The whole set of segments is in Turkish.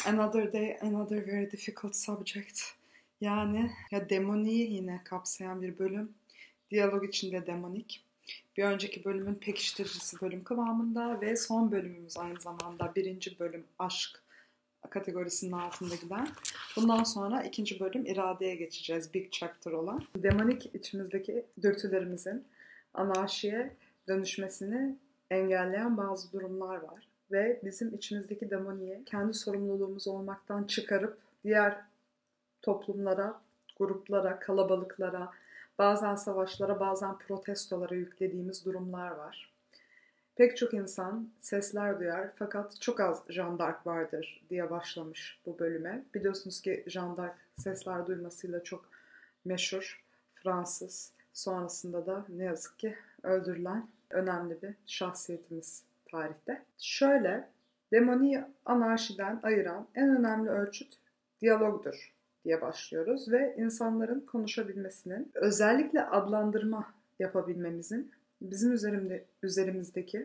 Another day, another very difficult subject. Yani ya demoniyi yine kapsayan bir bölüm. Diyalog içinde demonik. Bir önceki bölümün pekiştiricisi bölüm kıvamında ve son bölümümüz aynı zamanda birinci bölüm aşk kategorisinin altında giden. Bundan sonra ikinci bölüm iradeye geçeceğiz. Big chapter olan. Demonik içimizdeki dürtülerimizin anarşiye dönüşmesini engelleyen bazı durumlar var. Ve bizim içimizdeki demoniyi kendi sorumluluğumuz olmaktan çıkarıp diğer toplumlara, gruplara, kalabalıklara, bazen savaşlara, bazen protestolara yüklediğimiz durumlar var. Pek çok insan sesler duyar fakat çok az Jeanne d'Arc vardır diye başlamış bu bölüme. Biliyorsunuz ki Jeanne d'Arc sesler duymasıyla çok meşhur Fransız. Sonrasında da ne yazık ki öldürülen önemli bir şahsiyetimiz tarihte. Şöyle, demoniyi anarşiden ayıran en önemli ölçüt diyalogdur diye başlıyoruz ve insanların konuşabilmesinin, özellikle adlandırma yapabilmemizin bizim üzerimizdeki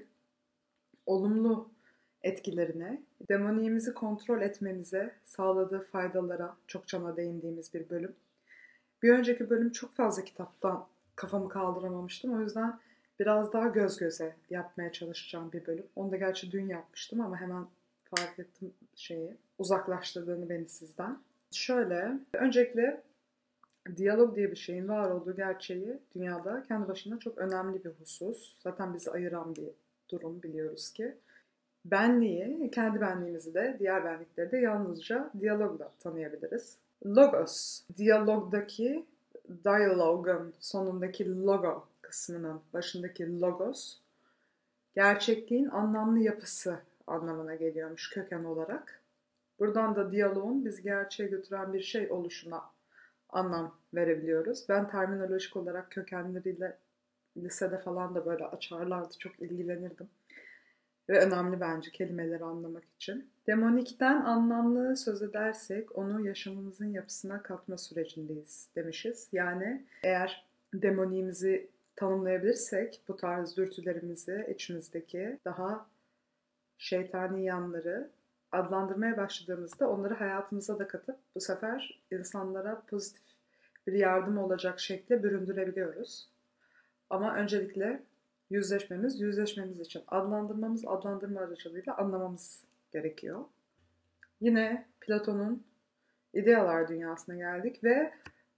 olumlu etkilerine, demoniğimizi kontrol etmemize sağladığı faydalara çokça değindiğimiz bir bölüm. Bir önceki bölüm çok fazla kitaptan kafamı kaldıramamıştım. O yüzden biraz daha göz göze yapmaya çalışacağım bir bölüm. Onu da gerçi dün yapmıştım ama hemen fark ettim uzaklaştırdığını beni sizden. Şöyle, öncelikle diyalog diye bir şeyin var olduğu gerçeği dünyada kendi başına çok önemli bir husus. Zaten bizi ayıran bir durum biliyoruz ki. Benliği, kendi benliğimizi de diğer benlikleri de yalnızca diyalogla tanıyabiliriz. Logos, diyalogdaki dialogun sonundaki logo kısmının başındaki logos, gerçekliğin anlamlı yapısı anlamına geliyormuş köken olarak. Buradan da diyaloğun bizi gerçeğe götüren bir şey oluşuna anlam verebiliyoruz. Ben terminolojik olarak kökenleriyle lisede falan da böyle açarlardı, çok ilgilenirdim. Ve önemli bence kelimeleri anlamak için. Demonikten anlamlı söz edersek onu yaşamımızın yapısına katma sürecindeyiz demişiz. Yani eğer demoniğimizi tanımlayabilirsek bu tarz dürtülerimizi, içimizdeki daha şeytani yanları adlandırmaya başladığımızda onları hayatımıza da katıp bu sefer insanlara pozitif bir yardım olacak şekle büründürebiliyoruz. Ama öncelikle yüzleşmemiz için adlandırma aracılığıyla anlamamız gerekiyor. Yine Platon'un idealar dünyasına geldik ve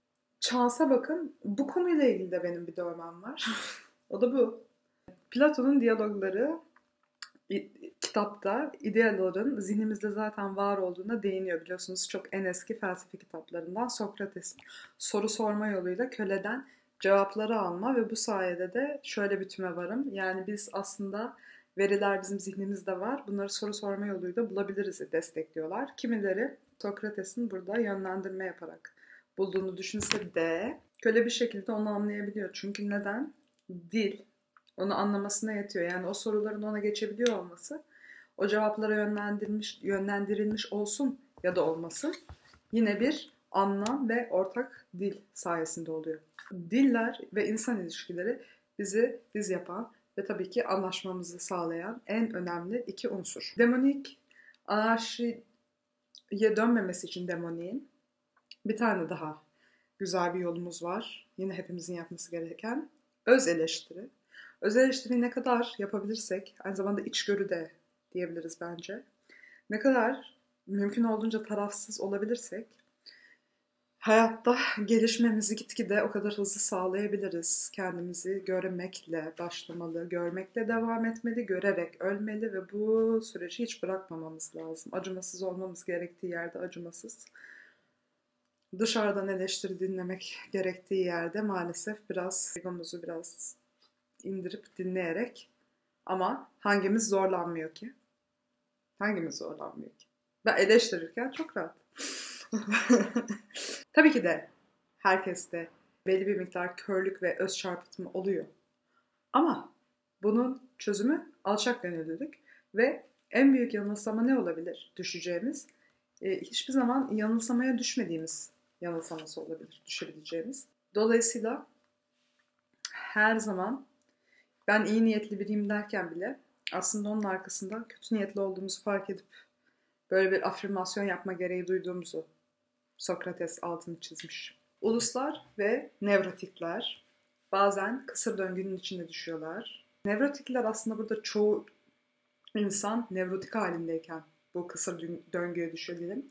şansa bakın, bu konuyla ilgili de benim bir dövmem var. O da bu. Platon'un diyalogları kitapta ideaların zihnimizde zaten var olduğuna değiniyor. Biliyorsunuz çok en eski felsefe kitaplarından Sokrates'in soru sorma yoluyla köleden cevapları alma ve bu sayede de şöyle bir tüme varım. Yani biz aslında veriler bizim zihnimizde var. Bunları soru sorma yoluyla bulabiliriz destekliyorlar. Kimileri Sokrates'in burada yönlendirme yaparak bulduğunu düşünse de köle bir şekilde onu anlayabiliyor. Çünkü neden? Dil onu anlamasına yetiyor. Yani o soruların ona geçebiliyor olması, o cevaplara yönlendirilmiş olsun ya da olmasın yine bir anlam ve ortak dil sayesinde oluyor. Diller ve insan ilişkileri bizi biz yapan ve tabii ki anlaşmamızı sağlayan en önemli iki unsur. Demonik anarşiye dönmemesi için demoniğin bir tane daha güzel bir yolumuz var. Yine hepimizin yapması gereken öz eleştiri. Öz eleştiriyi ne kadar yapabilirsek, aynı zamanda içgörü de diyebiliriz bence. Ne kadar mümkün olduğunca tarafsız olabilirsek, hayatta gelişmemizi gitgide o kadar hızlı sağlayabiliriz. Kendimizi görmekle başlamalı, görmekle devam etmeli, görerek ölmeli ve bu süreci hiç bırakmamamız lazım. Acımasız olmamız gerektiği yerde acımasız. Dışarıdan eleştiri dinlemek gerektiği yerde maalesef egomuzu biraz indirip dinleyerek, ama hangimiz zorlanmıyor ki? Hangimiz zorlanmıyor ki? Ben eleştirirken çok rahat. Tabii ki de herkeste belli bir miktar körlük ve öz çarpıtma oluyor. Ama bunun çözümü alçak gönüllülük ve en büyük yanılsama ne olabilir düşeceğimiz? Hiçbir zaman yanılsamaya düşmediğimiz yanılsaması olabilir düşebileceğimiz. Dolayısıyla her zaman ben iyi niyetli biriyim derken bile aslında onun arkasında kötü niyetli olduğumuzu fark edip böyle bir afirmasyon yapma gereği duyduğumuzu Sokrates altını çizmiş. Uluslar ve nevrotikler bazen kısır döngünün içine düşüyorlar. Nevrotikler aslında burada çoğu insan nevrotik halindeyken bu kısır döngüye düşüyor diyelim.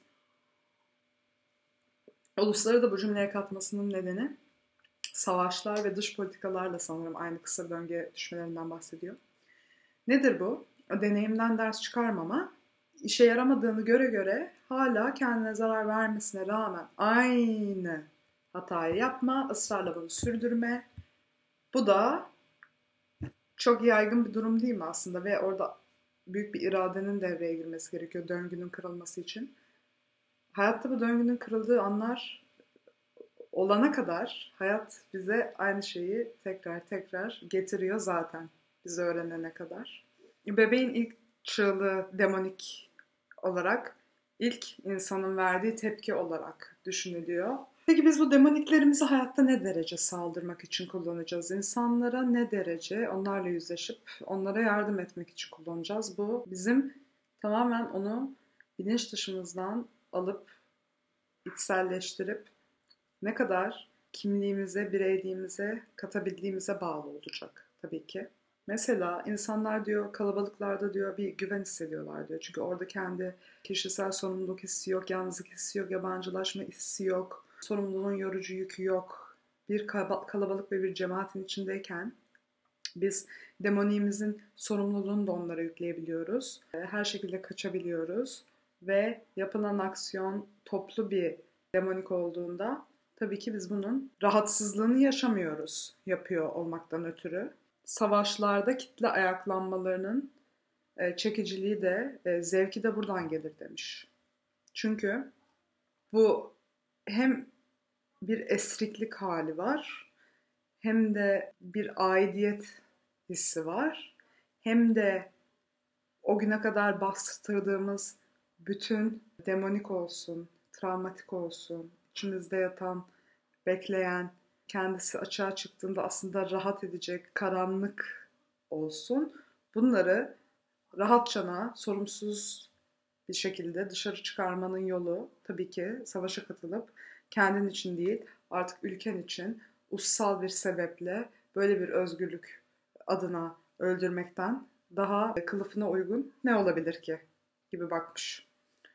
Ulusları da bu cümleye katmasının nedeni savaşlar ve dış politikalarla sanırım aynı kısır döngüye düşmelerinden bahsediyor. Nedir bu? O deneyimden ders çıkarmama, işe yaramadığını göre göre hala kendine zarar vermesine rağmen aynı hatayı yapma, ısrarla bunu sürdürme. Bu da çok yaygın bir durum değil mi aslında? Ve orada büyük bir iradenin devreye girmesi gerekiyor döngünün kırılması için. Hayatta bu döngünün kırıldığı anlar olana kadar hayat bize aynı şeyi tekrar tekrar getiriyor zaten. Bizi öğrenene kadar. Bebeğin ilk çığlığı demonik olarak, ilk insanın verdiği tepki olarak düşünülüyor. Peki biz bu demoniklerimizi hayatta ne derece saldırmak için kullanacağız? İnsanlara ne derece onlarla yüzleşip onlara yardım etmek için kullanacağız? Bu bizim tamamen onu bilinç dışımızdan alıp içselleştirip ne kadar kimliğimize, bireyliğimize katabildiğimize bağlı olacak tabii ki. Mesela insanlar diyor kalabalıklarda diyor bir güven hissediyorlar diyor. Çünkü orada kendi kişisel sorumluluk hissi yok, yalnızlık hissi yok, yabancılaşma hissi yok, sorumluluğun yorucu yükü yok. Bir kalabalık ve bir cemaatin içindeyken biz demoniğimizin sorumluluğunu da onlara yükleyebiliyoruz. Her şekilde kaçabiliyoruz ve yapılan aksiyon toplu bir demonik olduğunda tabii ki biz bunun rahatsızlığını yaşamıyoruz yapıyor olmaktan ötürü. Savaşlarda kitle ayaklanmalarının çekiciliği de zevki de buradan gelir demiş. Çünkü bu hem bir esriklik hali var, hem de bir aidiyet hissi var, hem de o güne kadar bastırdığımız bütün demonik olsun, travmatik olsun, içimizde yatan, bekleyen, kendisi açığa çıktığında aslında rahat edecek karanlık olsun. Bunları rahatçana, sorumsuz bir şekilde dışarı çıkarmanın yolu tabii ki savaşa katılıp kendin için değil artık ülken için ussal bir sebeple böyle bir özgürlük adına öldürmekten daha kılıfına uygun ne olabilir ki gibi bakmış.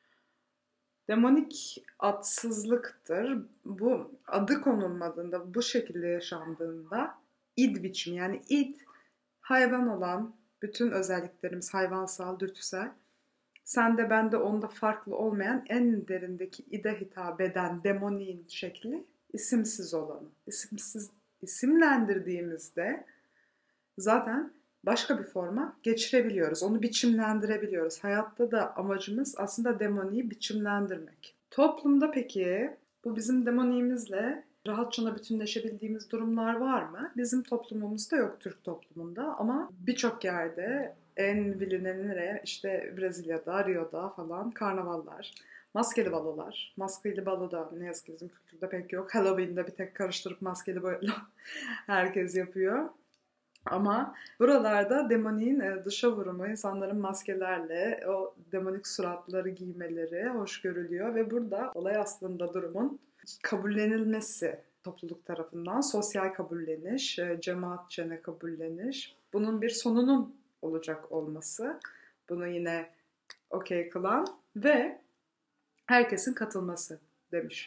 Demonik adsızlıktır. Bu adı konulmadığında, bu şekilde yaşandığında id biçimi yani id hayvan olan bütün özelliklerimiz hayvansal, dürtüsel. Sende bende onda farklı olmayan en derindeki ide hitap eden demoniğin şekli isimsiz olanı. İsimsiz isimlendirdiğimizde zaten başka bir forma geçirebiliyoruz. Onu biçimlendirebiliyoruz. Hayatta da amacımız aslında demoniği biçimlendirmek. Toplumda peki bu bizim demoniğimizle rahatça bütünleşebildiğimiz durumlar var mı? Bizim toplumumuzda yok, Türk toplumunda, ama birçok yerde en bilinenleri işte Brezilya'da, Rio'da falan karnavallar, maskeli balolar. Maskeli balo da ne yazık ki bizim kültürde pek yok. Halloween'de bir tek karıştırıp maskeli balo herkes yapıyor. Ama buralarda demoniğin dışa vurumu, insanların maskelerle o demonik suratları giymeleri hoş görülüyor ve burada olay aslında durumun kabullenilmesi topluluk tarafından, sosyal kabulleniş, cemaatçene kabulleniş, bunun bir sonunun olacak olması, bunu yine okey kılan ve herkesin katılması demiş.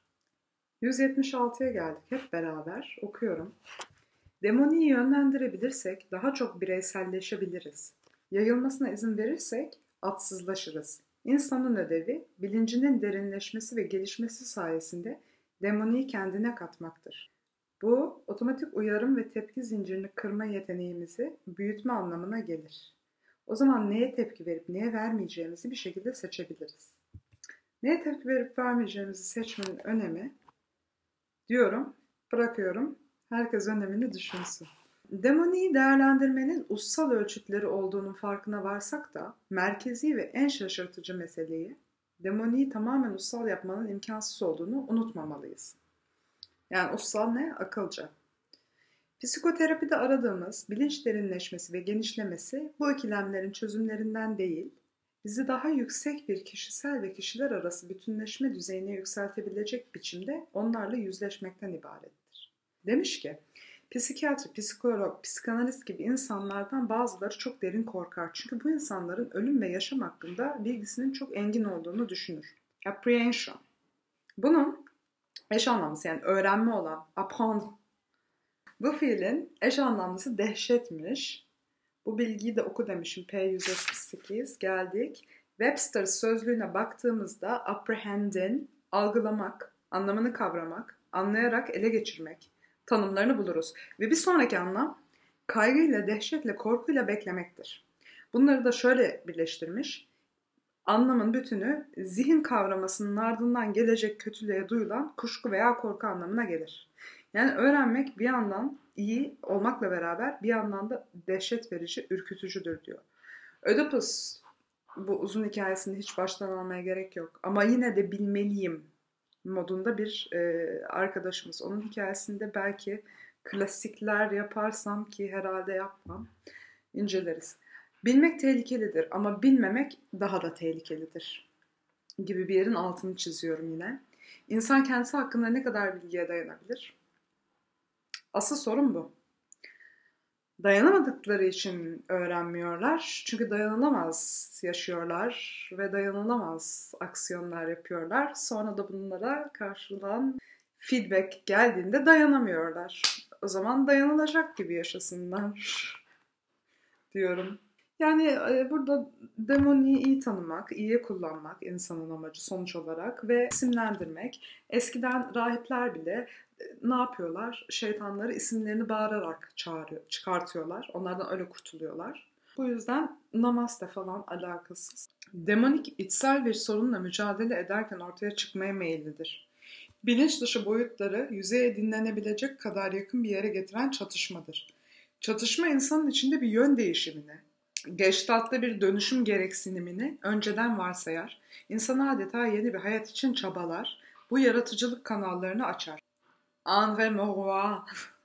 176'ya geldik, hep beraber okuyorum. Demoniyi yönlendirebilirsek daha çok bireyselleşebiliriz. Yayılmasına izin verirsek atsızlaşırız. İnsanın ödevi bilincinin derinleşmesi ve gelişmesi sayesinde demoniyi kendine katmaktır. Bu otomatik uyarım ve tepki zincirini kırma yeteneğimizi büyütme anlamına gelir. O zaman neye tepki verip neye vermeyeceğimizi bir şekilde seçebiliriz. Neye tepki verip vermeyeceğimizi seçmenin önemi diyorum, bırakıyorum. Herkes önemini düşünsün. Demoniyi değerlendirmenin ussal ölçütleri olduğunun farkına varsak da merkezi ve en şaşırtıcı meseleyi demoniyi tamamen ussal yapmanın imkansız olduğunu unutmamalıyız. Yani ussal ne? Akılca. Psikoterapide aradığımız bilinç derinleşmesi ve genişlemesi bu ikilemlerin çözümlerinden değil, bizi daha yüksek bir kişisel ve kişiler arası bütünleşme düzeyine yükseltebilecek biçimde onlarla yüzleşmekten ibarettir. Demiş ki, psikiyatri, psikolog, psikanalist gibi insanlardan bazıları çok derin korkar. Çünkü bu insanların ölüm ve yaşam hakkında bilgisinin çok engin olduğunu düşünür. Apprehension. Bunun eş anlamlısı, yani öğrenme olan apprendre. Bu fiilin eş anlamlısı dehşetmiş. Bu bilgiyi de oku demişim. P178 geldik. Webster sözlüğüne baktığımızda apprehend'in algılamak, anlamını kavramak, anlayarak ele geçirmek tanımlarını buluruz. Ve bir sonraki anlam kaygıyla, dehşetle, korkuyla beklemektir. Bunları da şöyle birleştirmiş. Anlamın bütünü zihin kavramasının ardından gelecek kötülüğe duyulan kuşku veya korku anlamına gelir. Yani öğrenmek bir yandan iyi olmakla beraber bir yandan da dehşet verici, ürkütücüdür diyor. Ödipus, bu uzun hikayesini hiç baştan almaya gerek yok ama yine de bilmeliyim modunda bir arkadaşımız. Onun hikayesinde belki klasikler yaparsam, ki herhalde yapmam, inceleriz. Bilmek tehlikelidir ama bilmemek daha da tehlikelidir gibi bir yerin altını çiziyorum yine. İnsan kendisi hakkında ne kadar bilgiye dayanabilir? Asıl sorun bu. Dayanamadıkları için öğrenmiyorlar. Çünkü dayanılamaz yaşıyorlar ve dayanılamaz aksiyonlar yapıyorlar. Sonra da bunlara karşılan feedback geldiğinde dayanamıyorlar. O zaman dayanılacak gibi yaşasınlar diyorum. Yani burada demoniyi iyi tanımak, iyiye kullanmak insanın amacı sonuç olarak ve isimlendirmek. Eskiden rahipler bile ne yapıyorlar? Şeytanları isimlerini bağırarak çıkartıyorlar. Onlardan öyle kurtuluyorlar. Bu yüzden namaste falan alakasız. Demonik içsel bir sorunla mücadele ederken ortaya çıkmaya meyillidir. Bilinç dışı boyutları yüzeye dinlenebilecek kadar yakın bir yere getiren çatışmadır. Çatışma insanın içinde bir yön değişimini, Gestalt'ta bir dönüşüm gereksinimini önceden varsayar. İnsan adeta yeni bir hayat için çabalar. Bu yaratıcılık kanallarını açar. André Maurois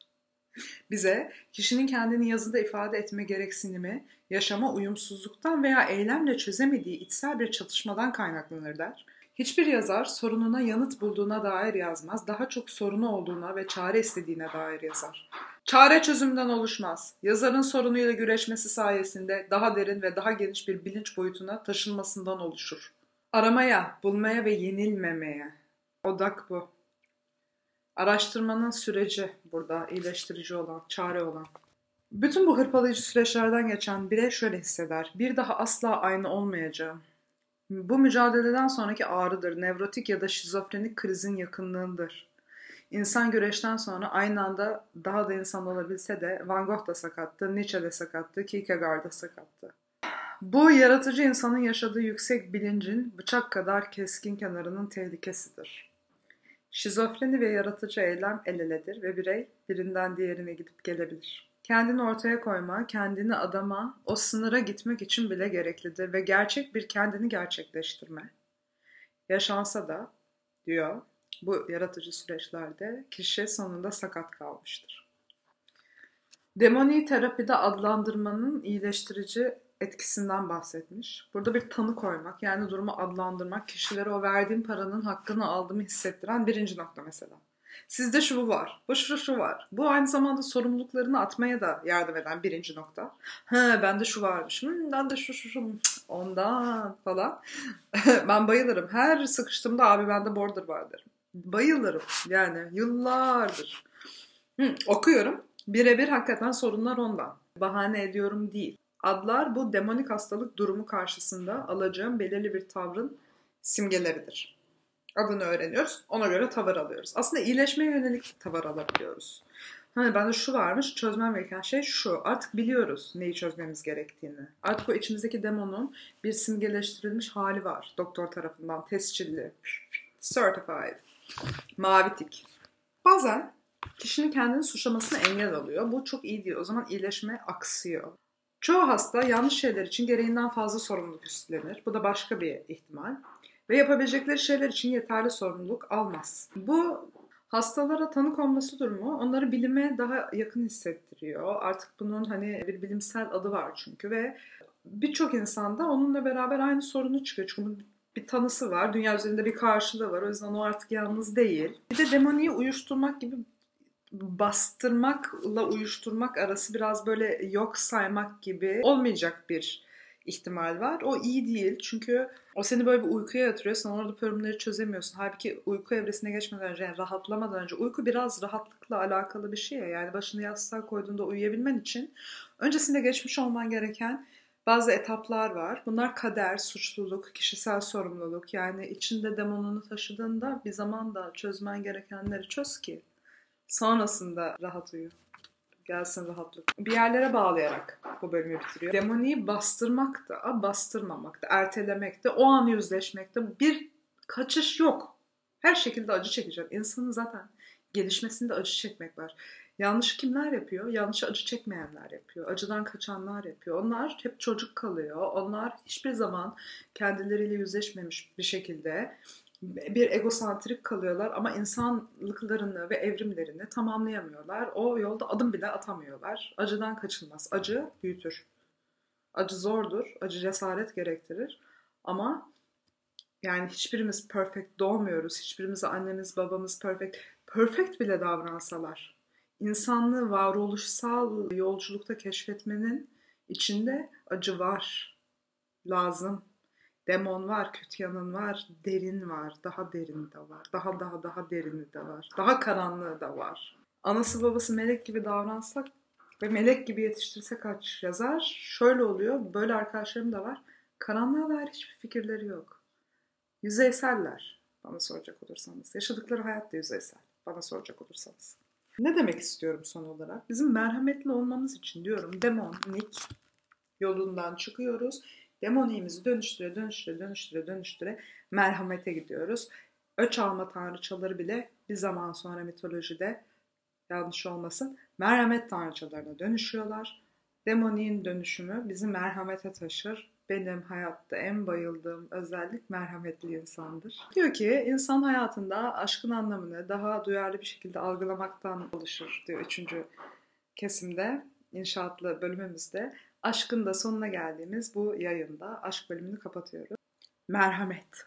bize kişinin kendini yazıda ifade etme gereksinimi, yaşama uyumsuzluktan veya eylemle çözemediği içsel bir çatışmadan kaynaklanır der. Hiçbir yazar sorununa yanıt bulduğuna dair yazmaz, daha çok sorunu olduğuna ve çare istediğine dair yazar. Çare çözümden oluşmaz. Yazarın sorunuyla güreşmesi sayesinde daha derin ve daha geniş bir bilinç boyutuna taşınmasından oluşur. Aramaya, bulmaya ve yenilmemeye. Odak bu. Araştırmanın süreci burada iyileştirici olan, çare olan. Bütün bu hırpalayıcı süreçlerden geçen birey şöyle hisseder. Bir daha asla aynı olmayacağım. Bu mücadeleden sonraki ağrıdır, nevrotik ya da şizofrenik krizin yakınlığındır. İnsan güreşten sonra aynı anda daha da insan olabilse de Van Gogh da sakattı, Nietzsche de sakattı, Kierkegaard da sakattı. Bu yaratıcı insanın yaşadığı yüksek bilincin bıçak kadar keskin kenarının tehlikesidir. Şizofreni ve yaratıcı eylem el eledir ve birey birinden diğerine gidip gelebilir. Kendini ortaya koyma, kendini adama, o sınıra gitmek için bile gereklidir ve gerçek bir kendini gerçekleştirme yaşansa da, diyor, bu yaratıcı süreçlerde kişi sonunda sakat kalmıştır. Demoni terapide adlandırmanın iyileştirici etkisinden bahsetmiş. Burada bir tanı koymak, yani durumu adlandırmak, kişilere o verdiğim paranın hakkını aldığımı hissettiren birinci nokta mesela. Sizde şu var, bu şu var. Bu aynı zamanda sorumluluklarını atmaya da yardım eden birinci nokta. Bende şu varmış, bende şu, ondan falan. Ben bayılırım. Her sıkıştığımda abi bende border var derim. Bayılırım yani yıllardır. Okuyorum. Birebir hakikaten sorunlar ondan. Bahane ediyorum değil. Adlar bu demonik hastalık durumu karşısında alacağım belirli bir tavrın simgeleridir. Adını öğreniyoruz, ona göre tavır alıyoruz. Aslında iyileşmeye yönelik tavır alabiliyoruz. Hani bende şu varmış, çözmem gereken şey şu. Artık biliyoruz neyi çözmemiz gerektiğini. Artık o içimizdeki demonun bir simgeleştirilmiş hali var. Doktor tarafından tescilli, certified, mavi tik. Bazen kişinin kendini suçlamasına engel alıyor. Bu çok iyi değil. O zaman iyileşme aksıyor. Çoğu hasta yanlış şeyler için gereğinden fazla sorumluluk üstlenir. Bu da başka bir ihtimal. Ve yapabilecekleri şeyler için yeterli sorumluluk almaz. Bu hastalara tanı konması durumu onları bilime daha yakın hissettiriyor. Artık bunun hani bir bilimsel adı var çünkü ve birçok insanda onunla beraber aynı sorunu çıkıyor. Çünkü bunun bir tanısı var. Dünya üzerinde bir karşılığı var. O yüzden o artık yalnız değil. Bir de demoniyi uyuşturmak gibi, bastırmakla uyuşturmak arası biraz böyle yok saymak gibi olmayacak bir ihtimal var. O iyi değil çünkü o seni böyle bir uykuya yatırıyor. Sen orada problemleri çözemiyorsun. Halbuki uyku evresine geçmeden önce, yani rahatlamadan önce, uyku biraz rahatlıkla alakalı bir şey ya. Yani başını yastığa koyduğunda uyuyabilmen için öncesinde geçmiş olman gereken bazı etaplar var. Bunlar kader, suçluluk, kişisel sorumluluk. Yani içinde demonunu taşıdığında bir zaman da çözmen gerekenleri çöz ki sonrasında rahat uyu. Gelsin rahatlık. Bir yerlere bağlayarak bu bölümü bitiriyor. Demoniyi bastırmak da, bastırmamak da, ertelemek de, o an yüzleşmek de, bir kaçış yok. Her şekilde acı çekecek. İnsanın zaten gelişmesinde acı çekmek var. Yanlışı kimler yapıyor? Yanlışı acı çekmeyenler yapıyor. Acıdan kaçanlar yapıyor. Onlar hep çocuk kalıyor. Onlar hiçbir zaman kendileriyle yüzleşmemiş bir şekilde bir egosantrik kalıyorlar ama insanlıklarını ve evrimlerini tamamlayamıyorlar. O yolda adım bile atamıyorlar. Acıdan kaçılmaz. Acı büyütür. Acı zordur. Acı cesaret gerektirir. Ama yani hiçbirimiz perfect doğmuyoruz. Hiçbirimize annemiz babamız perfect. Perfect bile davransalar. İnsanlığı varoluşsal yolculukta keşfetmenin içinde acı var. Lazım. Demon var, kötü yanın var, derin var, daha derin de var, daha derini de var, daha karanlığı da var. Anası babası melek gibi davransak ve melek gibi yetiştirsek kaç yazar? Şöyle oluyor, böyle arkadaşlarım da var. Karanlığa dair hiçbir fikirleri yok. Yüzeyseller bana soracak olursanız. Yaşadıkları hayat da yüzeysel bana soracak olursanız. Ne demek istiyorum son olarak? Bizim merhametli olmamız için diyorum demonik yolundan çıkıyoruz. Demoniğimizi dönüştüre merhamete gidiyoruz. Öç alma tanrıçaları bile bir zaman sonra mitolojide, yanlış olmasın, merhamet tanrıçalarına dönüşüyorlar. Demoniğin dönüşümü bizi merhamete taşır. Benim hayatta en bayıldığım özellik merhametli insandır. Diyor ki insan hayatında aşkın anlamını daha duyarlı bir şekilde algılamaktan oluşur diyor 3. kesimde, inşaatlı bölümümüzde. Aşkın da sonuna geldiğimiz bu yayında aşk bölümünü kapatıyoruz. Merhamet.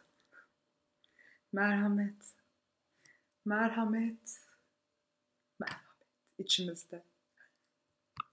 Merhamet. Merhamet. Merhamet. İçimizde.